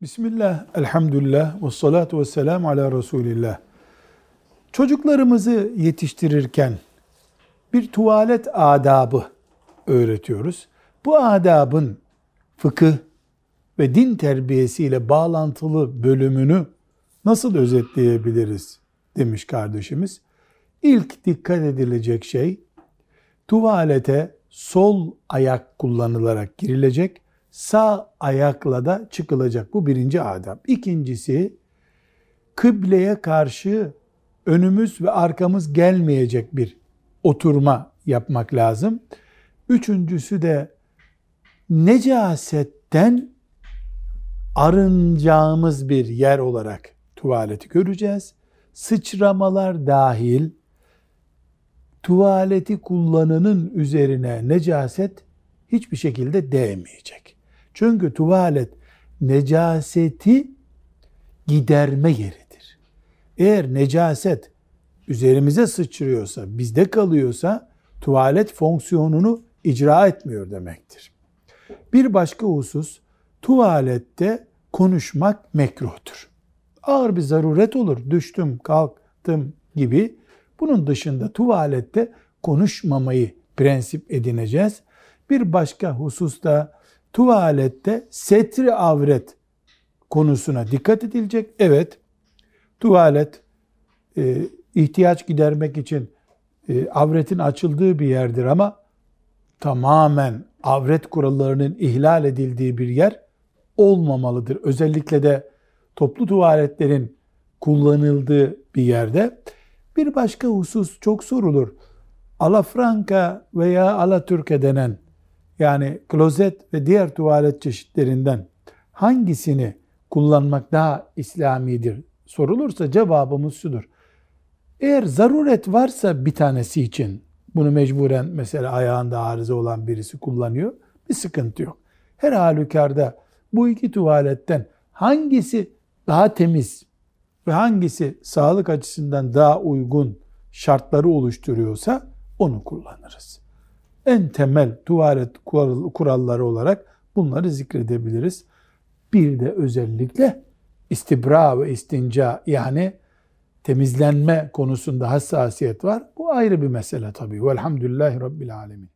Bismillah, elhamdülillah, ve salatu ve selamu ala Resulillah. Çocuklarımızı yetiştirirken bir tuvalet adabı öğretiyoruz. Bu adabın fıkıh ve din terbiyesiyle bağlantılı bölümünü nasıl özetleyebiliriz demiş kardeşimiz. İlk dikkat edilecek şey, tuvalete sol ayak kullanılarak girilecek, sağ ayakla da çıkılacak. Bu birinci adab. İkincisi, kıbleye karşı önümüz ve arkamız gelmeyecek bir oturma yapmak lazım. Üçüncüsü de necasetten arınacağımız bir yer olarak tuvaleti göreceğiz. Sıçramalar dahil tuvaleti kullananın üzerine necaset hiçbir şekilde değmeyecek. Çünkü tuvalet necaseti giderme yeridir. Eğer necaset üzerimize sıçrıyorsa, bizde kalıyorsa tuvalet fonksiyonunu icra etmiyor demektir. Bir başka husus, tuvalette konuşmak mekruhtur. Ağır bir zaruret olur, düştüm, kalktım gibi. Bunun dışında tuvalette konuşmamayı prensip edineceğiz. Bir başka hususta tuvalette setri avret konusuna dikkat edilecek. Evet, tuvalet ihtiyaç gidermek için avretin açıldığı bir yerdir ama tamamen avret kurallarının ihlal edildiği bir yer olmamalıdır. Özellikle de toplu tuvaletlerin kullanıldığı bir yerde. Bir başka husus çok sorulur. Alafranca veya Alaturka denen, yani klozet ve diğer tuvalet çeşitlerinden hangisini kullanmak daha İslamidir sorulursa cevabımız şudur. Eğer zaruret varsa bir tanesi için, bunu mecburen mesela ayağında arıza olan birisi kullanıyor, bir sıkıntı yok. Her halükarda bu iki tuvaletten hangisi daha temiz ve hangisi sağlık açısından daha uygun şartları oluşturuyorsa onu kullanırız. En temel tuvalet kuralları olarak bunları zikredebiliriz. Bir de özellikle istibra ve istinca, yani temizlenme konusunda hassasiyet var. Bu ayrı bir mesele tabii. Velhamdülillahi Rabbil alemin.